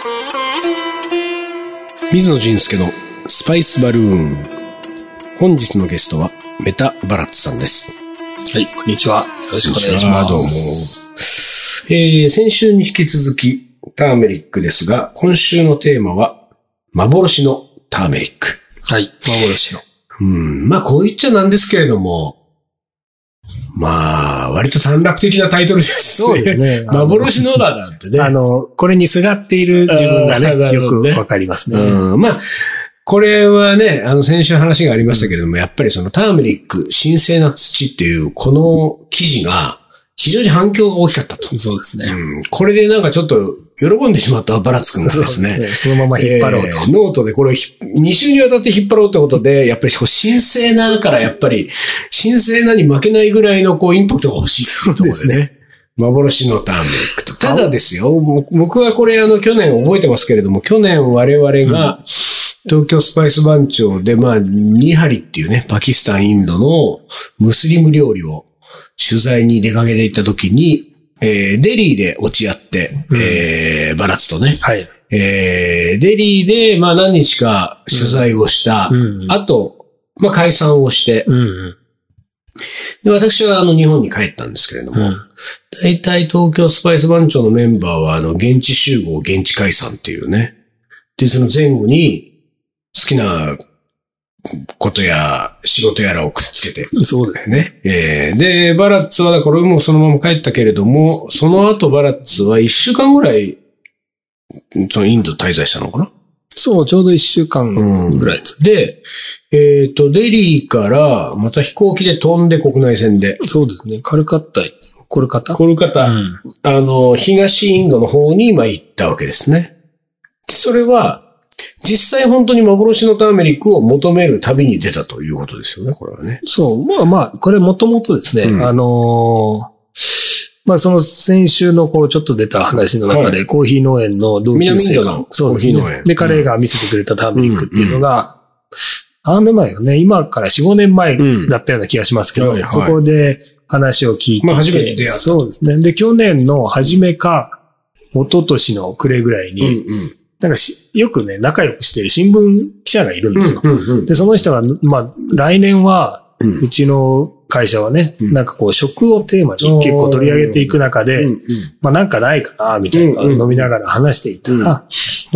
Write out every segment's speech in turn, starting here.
水野俊介のスパイスバルーン。本日のゲストはメタバラッツさんです。 はい、こんにちは。よろしくお願いします。 どうも。先週に引き続きターメリックですが、今週のテーマは幻のターメリック。 はい、幻の。 まあこう言っちゃなんですけれども、まあ割と短絡的なタイトルですね。 そうですね。 幻のだなんてね。 これにすがっている自分がね、よくわかりますね。 まあこれはね、先週話がありましたけれども、やっぱりそのターメリック、神聖な土っていうこの記事が非常に反響が大きかったと。 そうですね。 これでなんかちょっと喜んでしまったバラッツ君がですね。 そのまま引っ張ろうと。 ノートでこれ2週にわたって引っ張ろうってことで、やっぱり神聖なからやっぱり神聖なに負けないぐらいのインパクトが欲しいっていうところでね。そうですね。幻のターメリックと。ただですよ、僕はこれ去年覚えてますけれども、去年我々が東京スパイス番長でニハリっていうね、パキスタン、インドのムスリム料理を取材に出かけていった時に、デリーで落ち合って、バラッツとね。 はい。 デリーで、何日か取材をした。あと、解散をして。で私は日本に帰ったんですけれども、大体東京スパイス番長のメンバーは現地集合、現地解散っていうね。で、その前後に好きなことや仕事やらをくっつけて。 そうだよね。 で、バラッツはこれもそのまま帰ったけれども、その後バラッツは1週間ぐらい、そのインド滞在したのかな？ そう、ちょうど1週間ぐらいです。 で、デリーからまた飛行機で飛んで国内線で。 そうですね。コルカタ。 東インドの方に行ったわけですね。それは、実際本当に幻のターメリックを求める旅に出たということですよね、これはね。 そう、これもともとですね、その先週のちょっと出た話の中で、コーヒー農園の同級生が、そうですね。で、彼が見せてくれたターメリックっていうのが、何年前よね、今から4、5年前だったような気がしますけど、そこで話を聞いて、 初めて出会った。 そうですね。で、去年の初めか、一昨年の暮れぐらいに、よくね、仲良くしている新聞記者がいるんですよ。で、その人が、来年は、うちの会社はね、食をテーマに結構取り上げていく中で、なんかないかな、みたいな飲みながら話していたら、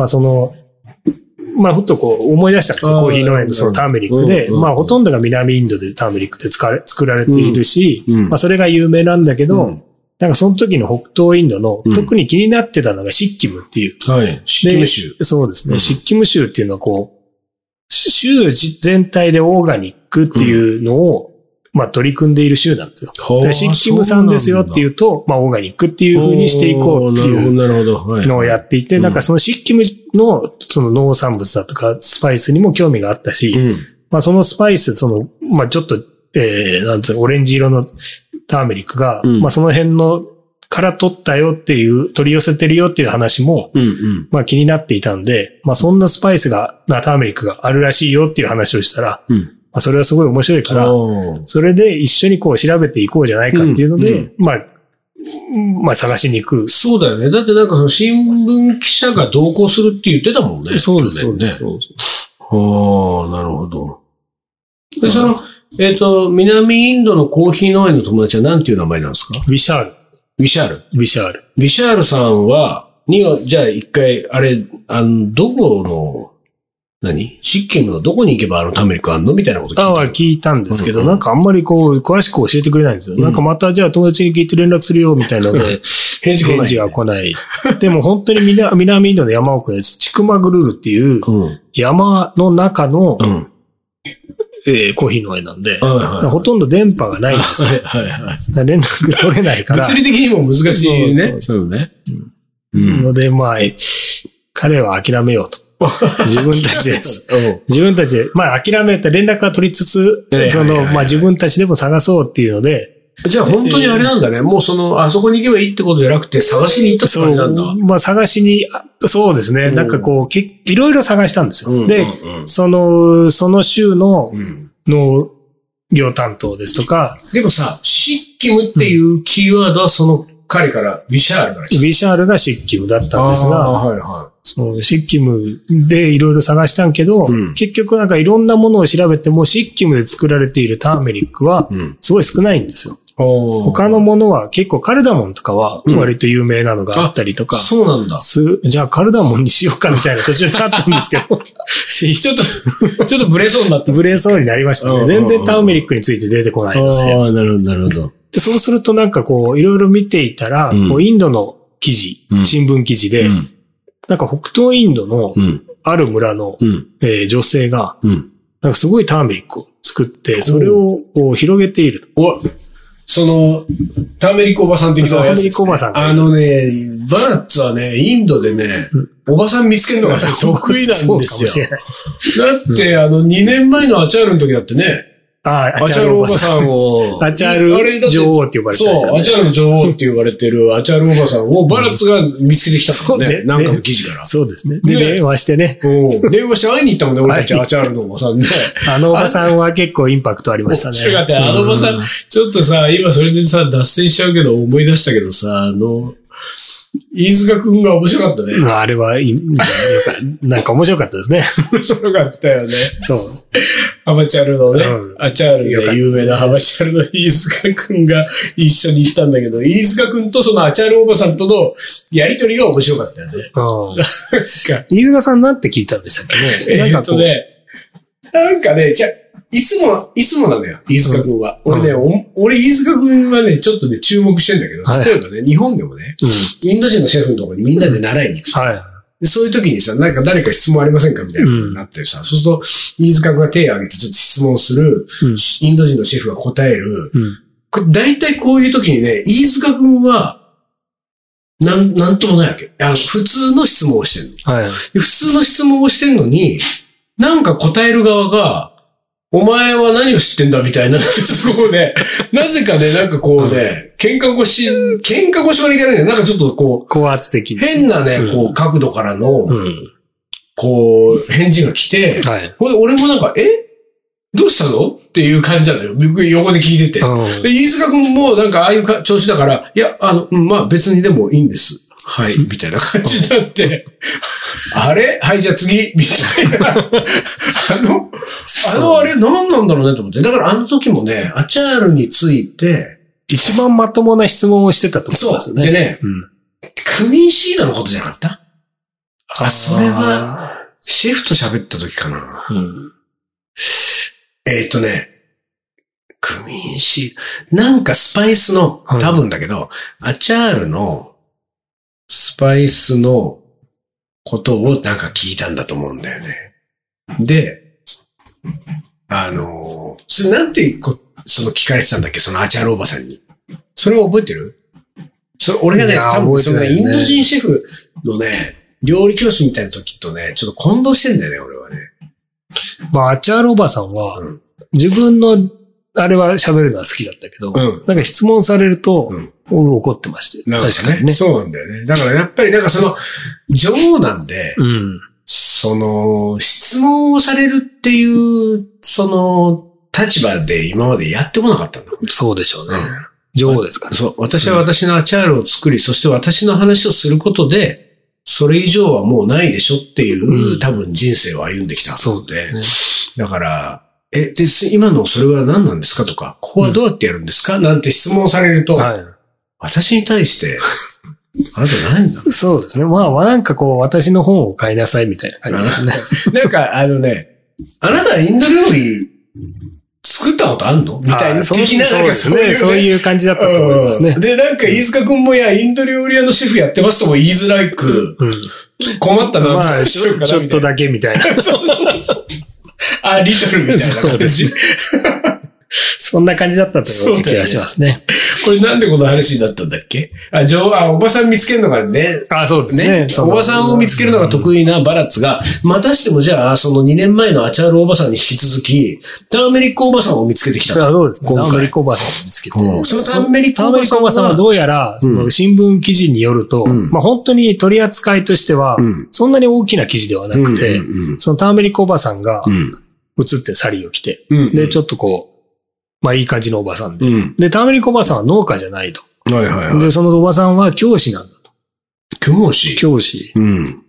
ふっと思い出したんですよ。コーヒー農園のそのターメリックで、ほとんどが南インドでターメリックって作られているし、それが有名なんだけど、その時の北東インドの、特に気になってたのがシッキムっていう。 はい。シッキム州。 そうですね。シッキム州っていうのは州全体でオーガニックっていうのを、取り組んでいる州なんですよ。シッキム産ですよっていうと、オーガニックっていう風にしていこうっていうのをやっていて、そのシッキムのその農産物だとかスパイスにも興味があったし、そのスパイス、ちょっと、オレンジ色のターメリックが、その辺のから取ったよっていう、取り寄せてるよっていう話も、気になっていたんで、そんなスパイスが、ターメリックがあるらしいよっていう話をしたら、それはすごい面白いから、それで一緒に調べていこうじゃないかっていうので、探しに行く。 そうだよね。だってその新聞記者が同行するって言ってたもんね。 そうです、そうです。 なるほど。で、南インドのコーヒー農園の友達は何ていう名前なんですか？ ビシャール。 ビシャールさんは、じゃあ一回、どこの、シッキムのどこに行けばターメリックあんのみたいなこと聞いたんですけど、あんまり詳しく教えてくれないんですよ。またじゃあ友達に聞いて連絡するよみたいなので、返事が来ない。でも本当に南インドの山奥のチクマグルールっていう山の中の、コーヒー農園なんで、ほとんど電波がないんですよ。連絡取れないから。 物理的にも難しいね。そうね。 ので、彼は諦めようと。自分たちです。自分たちで、諦めて連絡は取りつつ、自分たちでも探そうっていうので、 じゃあ本当にあれなんだね。もうあそこに行けばいいってことじゃなくて探しに行ったって感じなんだ。 探しに、そうですね。いろいろ探したんですよ。で、その州の農業担当ですとか。 でもさ、シッキムっていうキーワードは彼からビシャールがシッキムだったんですが、 シッキムでいろいろ探したんけど、結局なんかいろんなものを調べても、シッキムで作られているターメリックは、すごい少ないんですよ。他のものは結構カルダモンとかは割と有名なのがあったりとか。 そうなんだ。 じゃあカルダモンにしようかみたいな途中であったんですけど。 ちょっとブレそうになった。 ブレそうになりましたね。全然ターメリックについて出てこないので。 ああ、なるほど、なるほど。 で、そうするとなんかこう、いろいろ見ていたら、こうインドの記事、新聞記事で、なんか北東インドのある村の女性が、なんかすごいターメリックを作って、それをこう広げている。 その、ターメリックおばさん的なやつ、ね。 ターメリックおばさん。 バラッツはね、インドでね、おばさん見つけるのが得意なんですよ。だって、2年前のアチャールの時だってね、アチャールおばさんを、 アチャール女王って呼ばれてる、ね。 そう、アチャールの女王って呼ばれてるアチャールおばさんをバラッツが見つけてきたんだよね。なんかの記事から。 そうですね。で、電話してね。 電話して会いに行ったもんね、俺たちアチャールのおばさんね。 あのおばさんは結構インパクトありましたね。 面白かった。あのおばさん、ちょっとさ、今それでさ、脱線しちゃうけど思い出したけどさ、飯塚くんが面白かったね。 あれは、なんか面白かったですね。 面白かったよね。 そう。 ハマチャルのね、アチャールで有名なハマチャルの飯塚くんが一緒に行ったんだけど、飯塚くんとそのアチャールおばさんとのやりとりが面白かったよね。 飯塚さんなんて聞いたんでしたっけね。 なんかね、いつもなんだよ、飯塚くんは。俺飯塚くんはね、ちょっとね、注目してんだけど、例えばね、日本でもね、インド人のシェフのところにみんなで習いに行く。でそういう時にさ、なんか誰か質問ありませんかみたいなことになってるさ、そうすると、飯塚くんが手を挙げてちょっと質問する、インド人のシェフが答える。大体こういう時にね、飯塚くんは、なんともないわけ。普通の質問をしてるの。普通の質問をしてるのに、なんか答える側が、お前は何を知ってんだみたいな、こうね、なぜかね、なんかこうね、喧嘩腰までいかないんだよ。なんかちょっとこう、 高圧的。 変なね、こう、角度からの、こう、返事が来て、これ俺もなんか、どうしたのっていう感じなんだよ。僕横で聞いてて。で、飯塚くんもなんかああいう調子だから、いや、まあ別にでもいいんです。はい、みたいな感じになって、あれはい、じゃあ次みたいな。あれ何なんだろうねと思って。だからあの時もね、アチャールについて、 一番まともな質問をしてたと思いますね。 そう。でね、クミンシードのことじゃなかったそれは、シェフと喋った時かな。クミンシード。なんかスパイスの、多分だけど、アチャールの、スパイスのことをなんか聞いたんだと思うんだよね。で、それなんて聞かれてたんだっけそのアチャールおばさんに。それを覚えてる？それ俺がね、多分そのインド人シェフのね、料理教師みたいな時とね、ちょっと混同してんだよね、俺はね。 まあ、アチャールおばさんは、自分の、あれは喋るのは好きだったけど、なんか質問されると、怒ってまして。 確かにね。そうなんだよね。だからやっぱりなんか女王なんで、質問をされるっていう、立場で今までやってこなかったんだ。 そうでしょうね。女王ですから。 そう。私は私のアチャールを作り、そして私の話をすることで、それ以上はもうないでしょっていう、多分人生を歩んできたので。だから、今のそれは何なんですかとか、ここはどうやってやるんですかなんて質問されると、私に対して、あなた何なの？ そうですね。まあ、なんかこう、私の本を買いなさいみたいな感じですね。 なんか、あなたはインド料理作ったことあんのみたいな。的な、なんかそういう感じだったと思いますね。 で、なんか、飯塚くんもインド料理屋のシェフやってますとも言いづらく、困ったな、 まあ、ちょっとだけみたいな。 そう。リトルみたいな感じ。 そんな感じだったという気がしますね。 これなんでこの話になったんだっけ？おばさん見つけるのがね。 そうですね。 おばさんを見つけるのが得意なバラッツが、またしてもじゃあ、その2年前のアチャールおばさんに引き続き、ターメリックおばさんを見つけてきたと。 そうですね。ターメリックおばさんを見つけて。 そのターメリックおばさんはどうやら、その新聞記事によると、まあ本当に取り扱いとしては、そんなに大きな記事ではなくて、そのターメリックおばさんが、映ってサリーを着て、で、ちょっとこう、まあいい感じのおばさんで。で、ターメリックおばさんは農家じゃないと。で、そのおばさんは教師なんだと。 教師。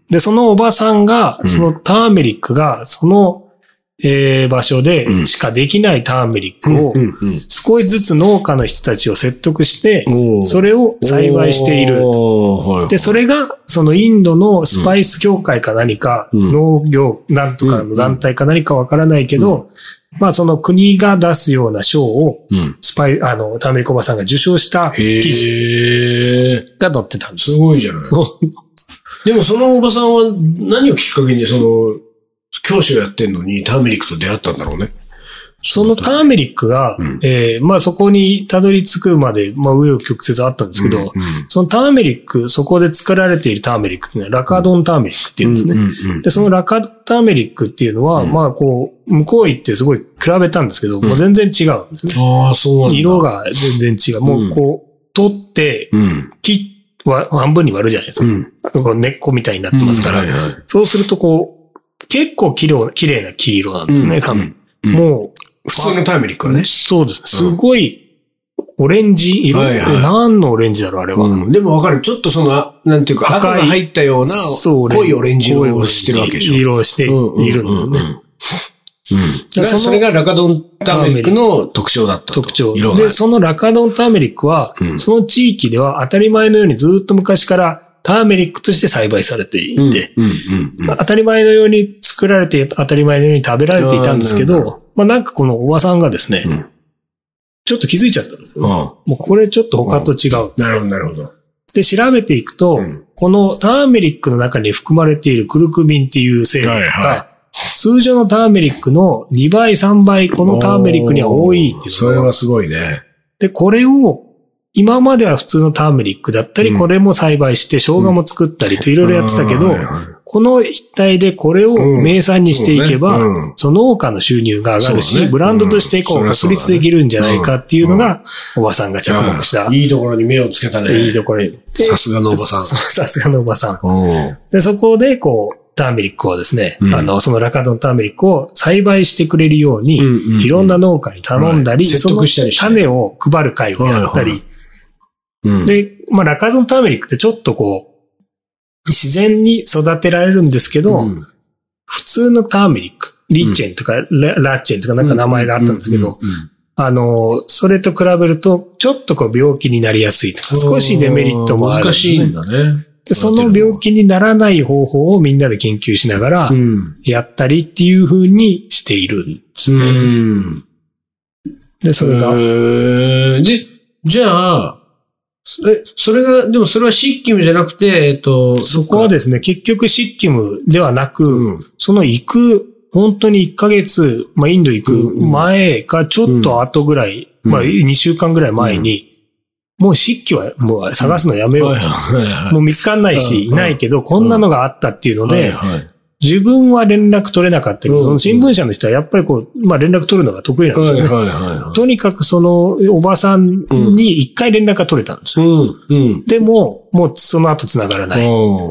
で、そのおばさんが、そのターメリックが、その、場所でしかできないターメリックを少しずつ農家の人たちを説得して、それを栽培している。で、それがそのインドのスパイス協会か何か、農業なんとかの団体か何かわからないけど、まあその国が出すような賞をターメリックおばさんが受賞した記事が載ってたんです。 すごいじゃない。でもそのおばさんは何をきっかけに教師をやってんのにターメリックと出会ったんだろうね。 そのターメリックが、まあそこにたどり着くまで、まあ紆余曲折あったんですけど、そのターメリック、そこで作られているターメリックっていうのはラカドンターメリックっていうんですね。で、そのラカドンターメリックっていうのは、まあこう、向こう行ってすごい比べたんですけど、もう全然違うんですね。 ああ、そうなんだ。 色が全然違う。もうこう、取って、半分に割るじゃないですか。こう根っこみたいになってますから、そうするとこう、結構綺麗な黄色なんですね、多分。もう、 普通のターメリックはね。 そうです。すごい、オレンジ色、何のオレンジだろう、あれは。 でもわかる。ちょっとなんていうか、赤が入ったような、濃いオレンジ色をしてるわけでしょ。 色をしているんですね。 それがラカドンターメリックの特徴だった。 特徴。で、そのラカドンターメリックは、その地域では当たり前のようにずっと昔からターメリックとして栽培されていて、当たり前のように作られて当たり前のように食べられていたんですけど、まあなんかこのおばさんがですね、ちょっと気づいちゃったんですよ。もうこれちょっと他と違う。 なるほど、なるほど。 で、調べていくと、このターメリックの中に含まれているクルクミンっていう成分が、通常のターメリックの2倍、3倍、このターメリックには多いっていう。 それはすごいね。 で、これを、今までは普通のターメリックだったり、これも栽培して生姜も作ったりといろいろやってたけど、この一帯でこれを名産にしていけば、その農家の収入が上がるし、ブランドとしてこう確立できるんじゃないかっていうのが、おばさんが着目した。 いいところに目をつけたね。 いいところに。 さすがのおばさん。 さすがのおばさん。で、そこでこう、ターメリックをですね、そのラカドンターメリックを栽培してくれるように、いろんな農家に頼んだり、その種を配る会をやったり、で、まあ、ラカドンターメリックってちょっとこう、自然に育てられるんですけど、普通のターメリック、リッチェンとか、ラッチェンとかなんか名前があったんですけど、それと比べると、ちょっとこう病気になりやすいとか、少しデメリットもある、 難しいんだね。 で、その病気にならない方法をみんなで研究しながら、やったりっていう風にしているんですね。で、それが。 で、じゃあ、それが、でもそれはシッキムじゃなくて、 そこはですね、結局シッキムではなく、その本当に1ヶ月、まあ、インド行く前かちょっと後ぐらい、まあ、2週間ぐらい前に、もう漆器はもう探すのやめようと。もう見つかんないし、いないけど、こんなのがあったっていうので、自分は連絡取れなかったけど、その新聞社の人はやっぱりこう、まあ連絡取るのが得意なんですよね。とにかくそのおばさんに一回連絡が取れたんですよ。でも、もうその後繋がらない。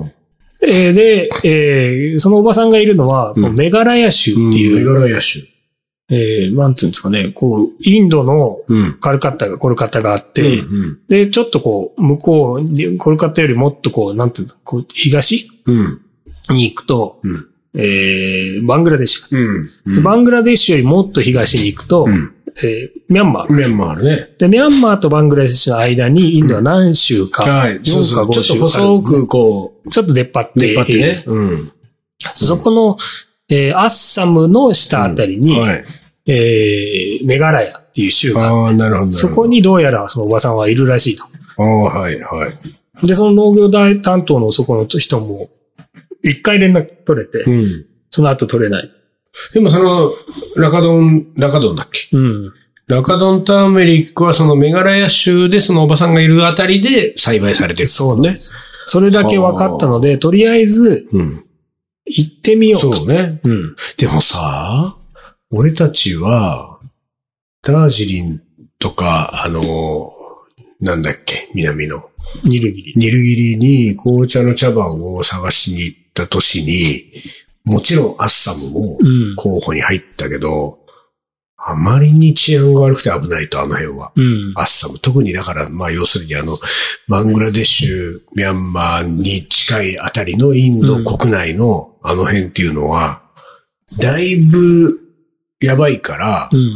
で、そのおばさんがいるのは、メガラヤ州っていう。 メガラヤ州。 なんていうんですかね、こう、インドのコルカッタがあって、で、ちょっとこう、向こう、コルカッタよりもっとこう、なんていうの、こう、東に行くと、バングラデシュ。バングラデシュよりもっと東に行くと、ミャンマー。 ミャンマーね。 で、ミャンマーとバングラデシュの間にインドは何州か、 4か5州か。ちょっと細くこう、ちょっと出っ張って。 出っ張ってね。 そこの、アッサムの下あたりに、メガラヤっていう州があって、そこにどうやらそのおばさんはいるらしいと。で、その農業大担当のそこの人も、一回連絡取れて、その後取れない。 でもその、ラカドンだっけラカドンターメリックはそのメガラヤ州でそのおばさんがいるあたりで栽培されてる。 そうね。それだけ分かったので、とりあえず、行ってみようと。 そうね。でもさ、俺たちは、ダージリンとか、なんだっけ、南の。 ニルギリに紅茶の茶葉を探しに行った年に、もちろんアッサムも候補に入ったけど、 あまりに治安が悪くて危ないと、あの辺は。 うん。 アッサム。特にだから、まあ要するにバングラデシュ、ミャンマーに近いあたりのインド国内のあの辺っていうのは、だいぶやばいから、 うん、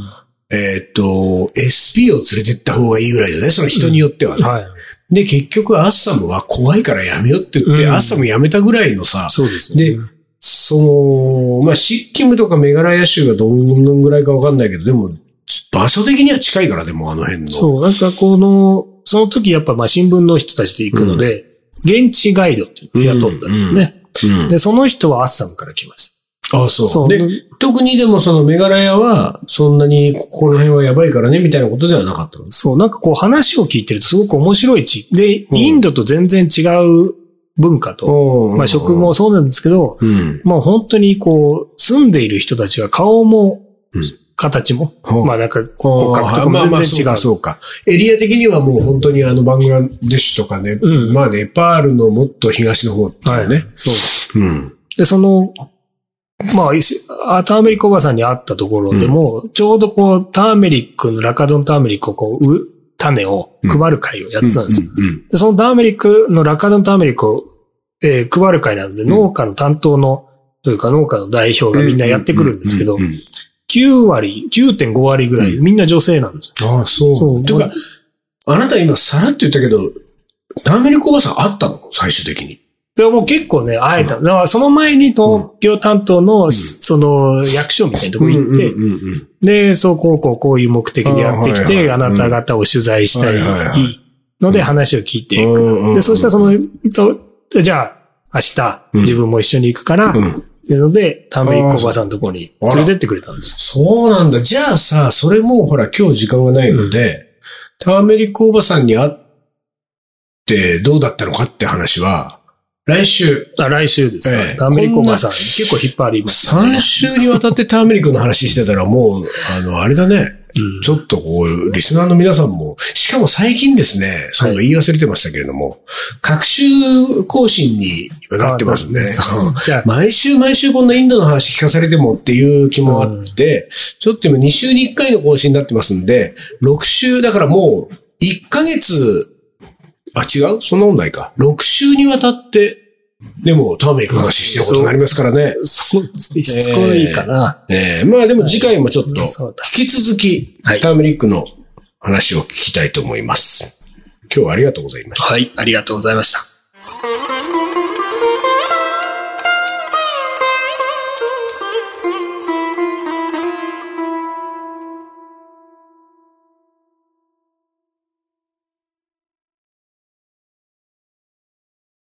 SP を連れてった方がいいぐらいだね。その人によってはね。 はい。 で、結局アッサムは怖いからやめよって言って、アッサムやめたぐらいのさ、 そうですね。 で、まあ、シッキムとかメガラヤ州がどんぐらいかわかんないけど、でも、場所的には近いから、でもあの辺の。 そう、なんかその時やっぱまあ新聞の人たちで行くので、現地ガイドっていうのを雇ったんですね。で、その人はアッサムから来ました。 ああ、そう。で、特にでもそのメガラヤは、そんなにこの辺はやばいからね、みたいなことではなかったの。 そう、なんか話を聞いてるとすごく面白いで、インドと全然違う文化と、まあ食もそうなんですけど、まあ本当に住んでいる人たちは顔も、形も、まあなんか骨格とかも全然違う。 そうか。エリア的にはもう本当にバングラデシュとかね、まあネパールのもっと東の方っていうね。 そうです。で、まあ、ターメリックおばさんに会ったところでも、ちょうどターメリックのラカドンターメリックを種を配る会をやってたんですよ。でそのターメリックのラカドンターメリックを、配る会なので、農家の担当の、というか農家の代表がみんなやってくるんですけど、9.5 割ぐらいみんな女性なんですよ。 ああ、そう。というか、あなた今さらっと言ったけど、ターメリックおばさん会ったの最終的に。 でも結構ね、会えた。だからその前に東京担当の、役所みたいなとこ行って、で、こういう目的でやってきて、あなた方を取材したいので話を聞いていく。で、そしたらじゃあ、明日、自分も一緒に行くから、っていうので、ターメリックおばさんのところに連れてってくれたんですよ。そうなんだ。じゃあさ、それもほら今日時間がないので、ターメリックおばさんに会ってどうだったのかって話は、来週ですか。ターメリックおばさん結構引っ張ります、 ね。3週にわたってターメリックの話してたらもう、あれだね。ちょっとリスナーの皆さんも、しかも最近ですね、言い忘れてましたけれども、各週更新になってますね。毎週こんなインドの話聞かされてもっていう気もあって、ちょっと今2週に1回の更新になってますんで、6週、だからもう1ヶ月、違う？そんなもんないか。6週にわたって、でも、ターメリックの話してることになりますからね。 そうですね。しつこいかな。 まあでも次回もちょっと、引き続き、ターメリックの話を聞きたいと思います。今日はありがとうございました。 はい、ありがとうございました。